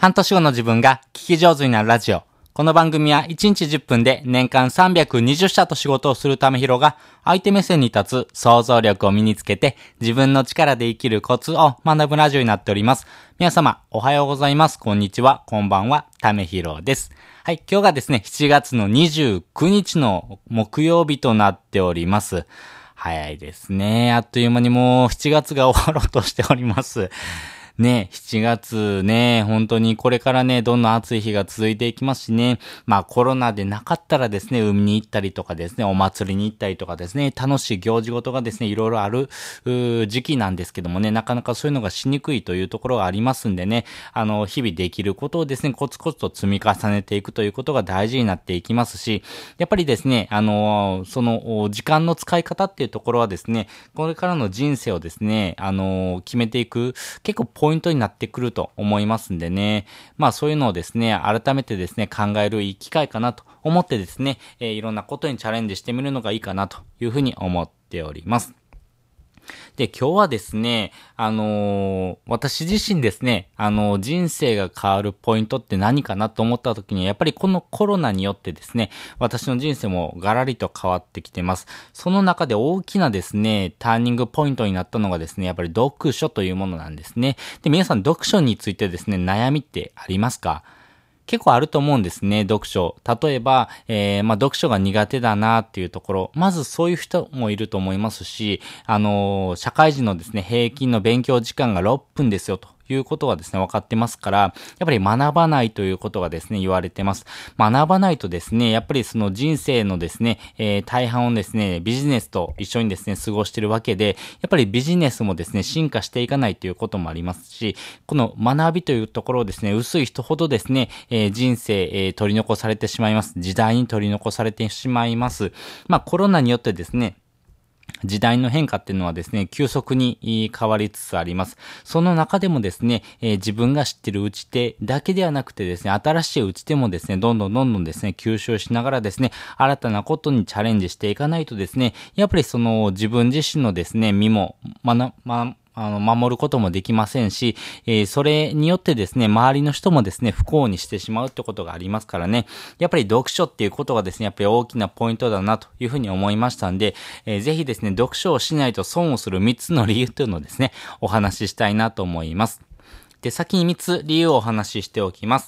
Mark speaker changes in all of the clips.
Speaker 1: 半年後の自分が聞き上手になるラジオ。この番組は1日10分で年間320社と仕事をするためひろが相手目線に立つ想像力を身につけて自分の力で生きるコツを学ぶラジオになっております。皆様おはようございます。こんにちは。こんばんは。ためひろです。はい。今日がですね、7月の29日の木曜日となっております。早いですね。あっという間にもう7月が終わろうとしております。ね、7月ね、本当にこれからね、どんどん暑い日が続いていきますしね、まあコロナでなかったらですね、海に行ったりとかですね、お祭りに行ったりとかですね、楽しい行事事がですね、いろいろある時期なんですけどもね、なかなかそういうのがしにくいというところがありますんでね、日々できることをですね、コツコツと積み重ねていくということが大事になっていきますし、やっぱりですね、その時間の使い方っていうところはですね、これからの人生をですね、決めていく、結構ポイントになってくると思いますんでね。まあそういうのをですね、改めてですね、考えるいい機会かなと思ってですね、いろんなことにチャレンジしてみるのがいいかなというふうに思っております。で、今日はですね、私自身ですね、人生が変わるポイントって何かなと思った時に、やっぱりこのコロナによってですね、私の人生もガラリと変わってきてます。その中で大きなですね、ターニングポイントになったのがですね、やっぱり読書というものなんですね。で、皆さん読書についてですね、悩みってありますか？結構あると思うんですね、読書。例えば、読書が苦手だなっていうところ。まずそういう人もいると思いますし、社会人のですね、平均の勉強時間が6分ですよということはですね、分かってますから、やっぱり学ばないということがですね、言われてます。学ばないとですね、やっぱりその人生のですね、大半をですね、ビジネスと一緒にですね、過ごしてるわけで、やっぱりビジネスもですね、進化していかないということもありますし、この学びというところをですね、薄い人ほどですね、人生、取り残されてしまいます。時代に取り残されてしまいます。コロナによってですね、時代の変化っていうのはですね、急速に変わりつつあります。その中でもですね、自分が知ってる打ち手だけではなくてですね、新しい打ち手もですね、どんどんですね、吸収しながらですね、新たなことにチャレンジしていかないとですね、やっぱりその自分自身のですね、身も、守ることもできませんし、それによってですね、周りの人もですね、不幸にしてしまうってことがありますからね、やっぱり読書っていうことがですね、やっぱり大きなポイントだなというふうに思いましたんで、ぜひですね、読書をしないと損をする3つの理由というのをですね、お話ししたいなと思います。で、先に3つ理由をお話ししておきます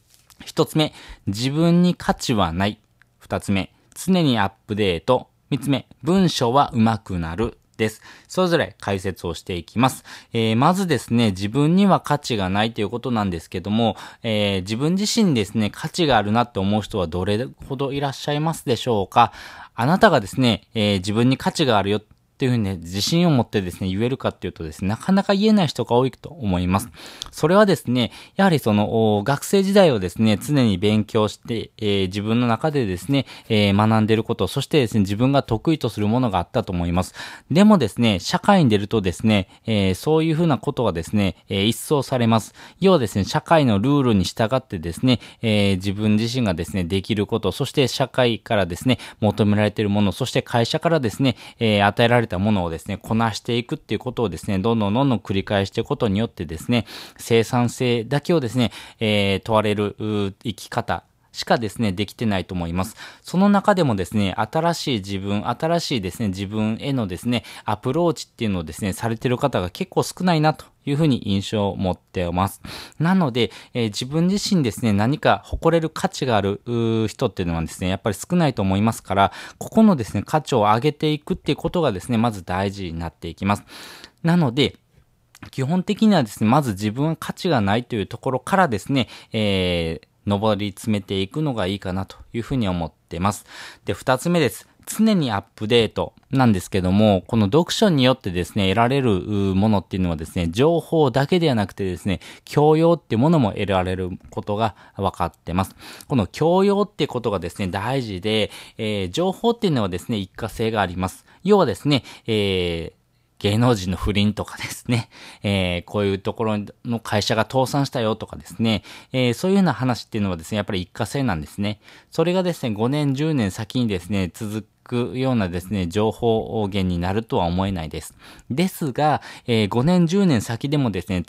Speaker 1: 。1つ目、自分に価値はない。2つ目、常にアップデート。3つ目、文章は上手くなる。です。それぞれ解説をしていきます。まずですね、自分には価値がないということなんですけども、自分自身にですね、価値があるなって思う人はどれほどいらっしゃいますでしょうか？あなたがですね、自分に価値があるよっていうふうにね、自信を持ってですね、言えるかっていうとですね、なかなか言えない人が多いと思います。それはですね、やはりその、学生時代をですね、常に勉強して、自分の中でですね、学んでいること、そしてですね、自分が得意とするものがあったと思います。でもですね、社会に出るとですね、そういうふうなことがですね、一掃されます。要はですね、社会のルールに従ってですね、自分自身がですね、できること、そして社会からですね、求められているもの、そして会社からですね、与えられたものをですね、こなしていくっていうことをですね、どんどん繰り返していくことによってですね、生産性だけをですね、問われる生き方しかですね、できてないと思います。その中でもですね、新しいですね、自分へのですね、アプローチっていうのをですね、されている方が結構少ないなというふうに印象を持っています。なので、自分自身ですね、何か誇れる価値がある人っていうのはですね、やっぱり少ないと思いますから、ここのですね、価値を上げていくっていうことがですね、まず大事になっていきます。なので、基本的にはですね、まず自分は価値がないというところからですね、上り詰めていくのがいいかなというふうに思ってます。で、二つ目です。常にアップデートなんですけども、この読書によってですね、得られるものっていうのはですね、情報だけではなくてですね、教養っていうものも得られることが分かってます。この教養ってことがですね、大事で、情報っていうのはですね、一過性があります。要はですね、芸能人の不倫とかですね、こういうところの会社が倒産したよとかですね、そういうような話っていうのはですね、やっぱり一過性なんですね。それがですね、5年、10年先にですね、続くようなですね、情報源になるとは思えないです。ですが、5年、10年先でもですね、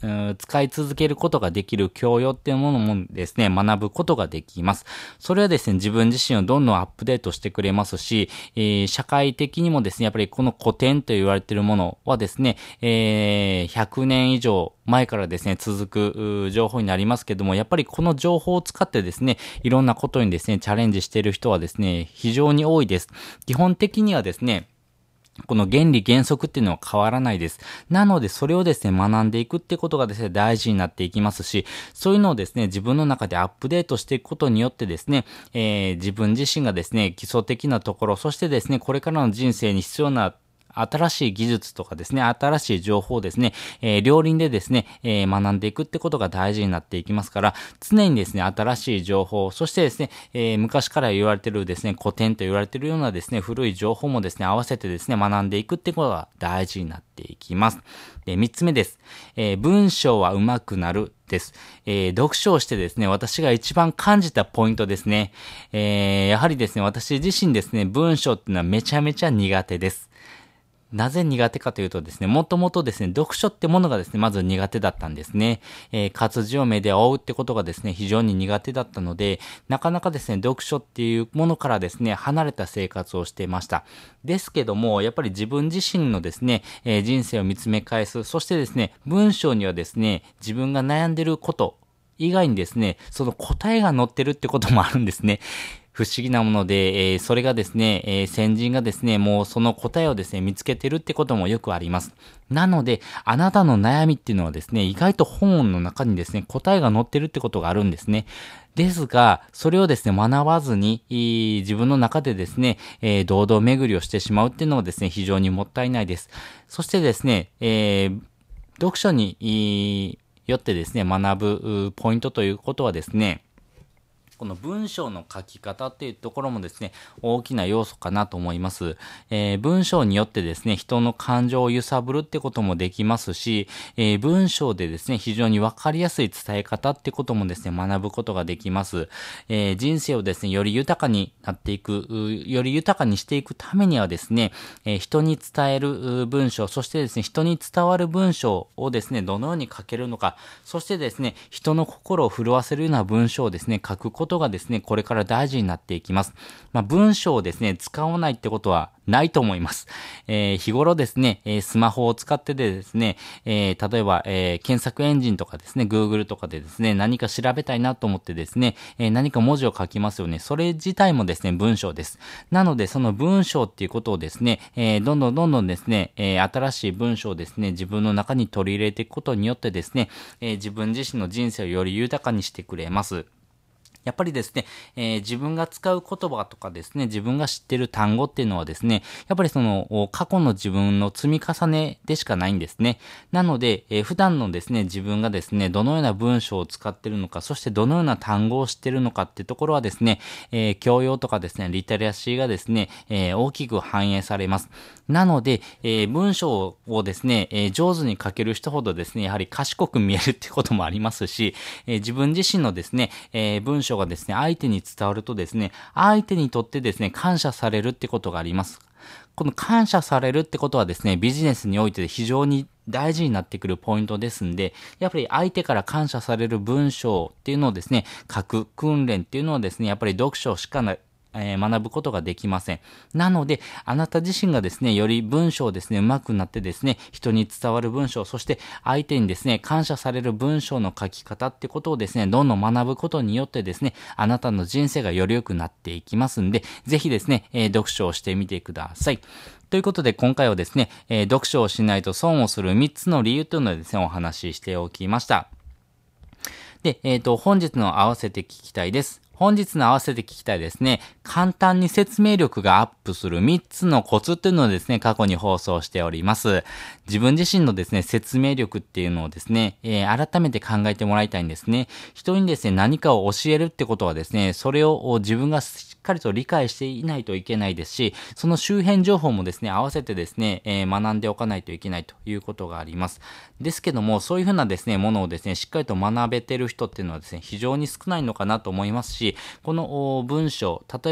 Speaker 1: 使い続けることができる教養っていうものもですね、学ぶことができます。それはですね、自分自身をどんどんアップデートしてくれますし、社会的にもですね、やっぱりこの古典と言われているものはですね、100年以上前からですね、続く情報になりますけども、やっぱりこの情報を使ってですね、いろんなことにですね、チャレンジしている人はですね、非常に多いです。基本的にはですね、この原理原則っていうのは変わらないです。なので、それをですね、学んでいくってことがですね、大事になっていきますし、そういうのをですね、自分の中でアップデートしていくことによってですね、自分自身がですね、基礎的なところ、そしてですね、これからの人生に必要な新しい技術とかですね、新しい情報をですね、両輪でですね、学んでいくってことが大事になっていきますから、常にですね、新しい情報、そしてですね、昔から言われているですね、古典と言われているようなですね、古い情報もですね、合わせてですね、学んでいくってことが大事になっていきます。で、3つ目です。文章は上手くなるです。読書をしてですね、私が一番感じたポイントですね。やはりですね、私自身ですね、文章っていうのはめちゃめちゃ苦手です。なぜ苦手かというとですね、もともとですね、読書ってものがですね、まず苦手だったんですね。活字を目で追うってことがですね、非常に苦手だったので、なかなかですね、読書っていうものからですね、離れた生活をしていました。ですけども、やっぱり自分自身のですね、人生を見つめ返す、そしてですね、文章にはですね、自分が悩んでること以外にですね、その答えが載ってるってこともあるんですね。不思議なもので、それがですね、先人がですね、もうその答えをですね、見つけてるってこともよくあります。なので、あなたの悩みっていうのはですね、意外と本の中にですね、答えが載ってるってことがあるんですね。ですが、それをですね、学ばずに、自分の中でですね、堂々巡りをしてしまうっていうのはですね、非常にもったいないです。そしてですね、読書によってですね、学ぶポイントということはですね、この文章の書き方っていうところもですね、大きな要素かなと思います。文章によってですね、人の感情を揺さぶるってこともできますし、文章でですね、非常にわかりやすい伝え方ってこともですね、学ぶことができます。人生をですね、より豊かになっていく、より豊かにしていくためにはですね、人に伝える文章、そしてですね、人に伝わる文章をですね、どのように書けるのか、そしてですね、人の心を震わせるような文章をですね、書くことがですね、これから大事になっていきます。文章をですね、使わないってことはないと思います。日頃ですね、スマホを使ってでですね、例えば、検索エンジンとかですね、Google とかでですね、何か調べたいなと思ってですね、何か文字を書きますよね。それ自体もですね、文章です。なので、その文章っていうことをですね、どんどんですね、新しい文章をですね、自分の中に取り入れていくことによってですね、自分自身の人生をより豊かにしてくれます。やっぱりですね、自分が使う言葉とかですね、自分が知っている単語っていうのはですね、やっぱりその過去の自分の積み重ねでしかないんですね。なので、普段のですね、自分がですね、どのような文章を使っているのか、そしてどのような単語を知っているのかっていうところはですね、教養とかですね、リテラシーがですね、大きく反映されます。なので、文章をですね、上手に書ける人ほどですね、やはり賢く見えるってこともありますし、自分自身のですね、文章がですね、相手に伝わるとですね、相手にとってですね、感謝されるってことがあります。この感謝されるってことはですね、ビジネスにおいて非常に大事になってくるポイントですんで、やっぱり相手から感謝される文章っていうのをですね、書く訓練っていうのはですね、やっぱり読書しか学ぶことができません。なので、あなた自身がですね、より文章をですね、上手くなってですね、人に伝わる文章、そして相手にですね、感謝される文章の書き方ってことをですね、どんどん学ぶことによってですね、あなたの人生がより良くなっていきますんで、ぜひですね、読書をしてみてください。ということで今回はですね、読書をしないと損をする3つの理由というのをですね、お話ししておきました。で、本日の合わせて聞きたいです。本日の合わせて聞きたいですね。簡単に説明力がアップする3つのコツっていうのをですね、過去に放送しております。自分自身のですね、説明力っていうのをですね、改めて考えてもらいたいんですね。人にですね、何かを教えるってことはですね、それを自分がしっかりと理解していないといけないですし、その周辺情報もですね、合わせてですね、学んでおかないといけないということがあります。ですけども、そういうふうなですね、ものをですね、しっかりと学べてる人っていうのはですね、非常に少ないのかなと思いますし、この文章、例え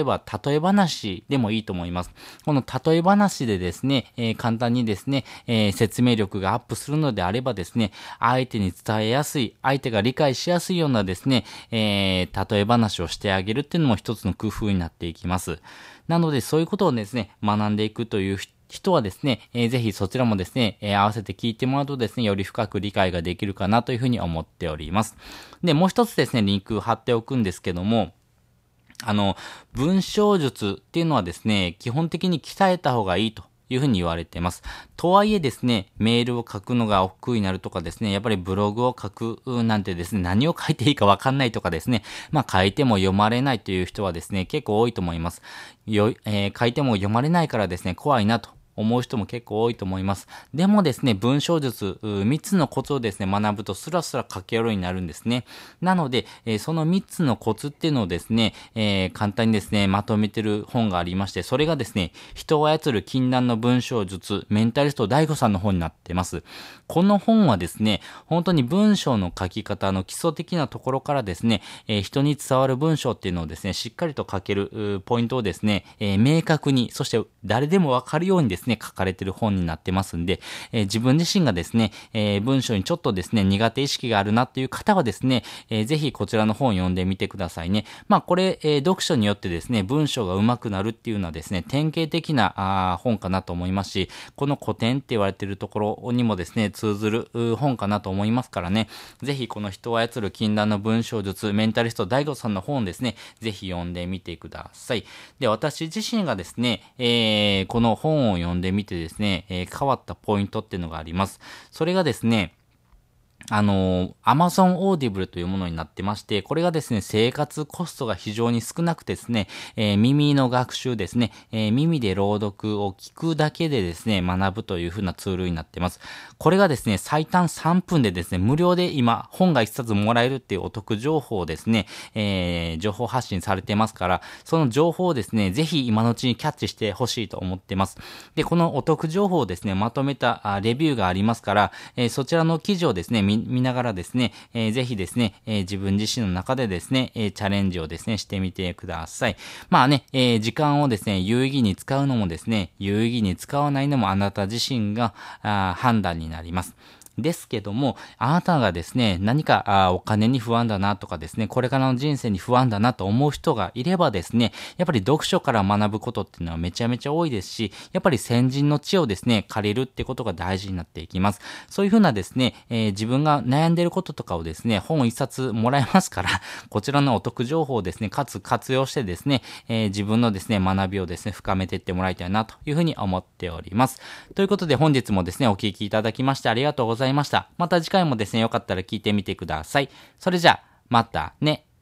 Speaker 1: えば例え話でもいいと思います。この例え話でですね、簡単にですね、説明力がアップするのであればですね、相手に伝えやすい、相手が理解しやすいようなですね、例え話をしてあげるっていうのも一つの工夫になっていきます。なのでそういうことをですね、学んでいくという人はですね、ぜひそちらもですね、合わせて聞いてもらうとですね、より深く理解ができるかなというふうに思っております。で、もう一つですね、リンク貼っておくんですけども、文章術っていうのはですね、基本的に鍛えた方がいいというふうに言われています。とはいえですね、メールを書くのが億劫になるとかですね、やっぱりブログを書くなんてですね、何を書いていいかわかんないとかですね、書いても読まれないという人はですね、結構多いと思います。書いても読まれないからですね、怖いなと思う人も結構多いと思います。でもですね、文章術、3つのコツをですね、学ぶとスラスラ書けるようになるんですね。なので、その3つのコツっていうのをですね、簡単にですね、まとめてる本がありまして、それがですね、人を操る禁断の文章術、メンタリスト DAIGO さんの本になっています。この本はですね、本当に文章の書き方の基礎的なところからですね、人に伝わる文章っていうのをですね、しっかりと書けるポイントをですね、明確に、そして誰でもわかるようにですね、書かれている本になってますんで、自分自身がですね、文章にちょっとですね、苦手意識があるなっていう方はですね、ぜひこちらの本を読んでみてくださいね。これ、読書によってですね、文章が上手くなるっていうのはですね、典型的な本かなと思いますし、この古典って言われているところにもですね、通ずる本かなと思いますからね、ぜひこの人を操る禁断の文章術、メンタリスト DAIGO さんの本ですね、ぜひ読んでみてください。で、私自身がですね、この本を読んでみてですね、変わったポイントっていうのがあります。それがですね、Amazon Audible というものになってまして、これがですね、生活コストが非常に少なくてですね、耳の学習ですね、耳で朗読を聞くだけでですね、学ぶという風なツールになってます。これがですね、最短3分でですね、無料で今、本が1冊もらえるっていうお得情報をですね、情報発信されてますから、その情報をですね、ぜひ今のうちにキャッチしてほしいと思ってます。で、このお得情報をですね、まとめたレビューがありますから、そちらの記事をですね、見ながらですね、ぜひですね、自分自身の中でですね、チャレンジをですね、してみてください。時間をですね、有意義に使うのもですね、有意義に使わないのもあなた自身が判断になります。ですけども、あなたがですね、何かお金に不安だなとかですね、これからの人生に不安だなと思う人がいればですね、やっぱり読書から学ぶことっていうのはめちゃめちゃ多いですし、やっぱり先人の知をですね、借りるってことが大事になっていきます。そういうふうなですね、自分が悩んでいることとかをですね、本一冊もらえますから、こちらのお得情報をですね、活用してですね、自分のですね、学びをですね、深めていってもらいたいなというふうに思っております。ということで本日もですね、お聞きいただきましてありがとうございました。また次回もですね、よかったら聞いてみてください。それじゃあ、またね。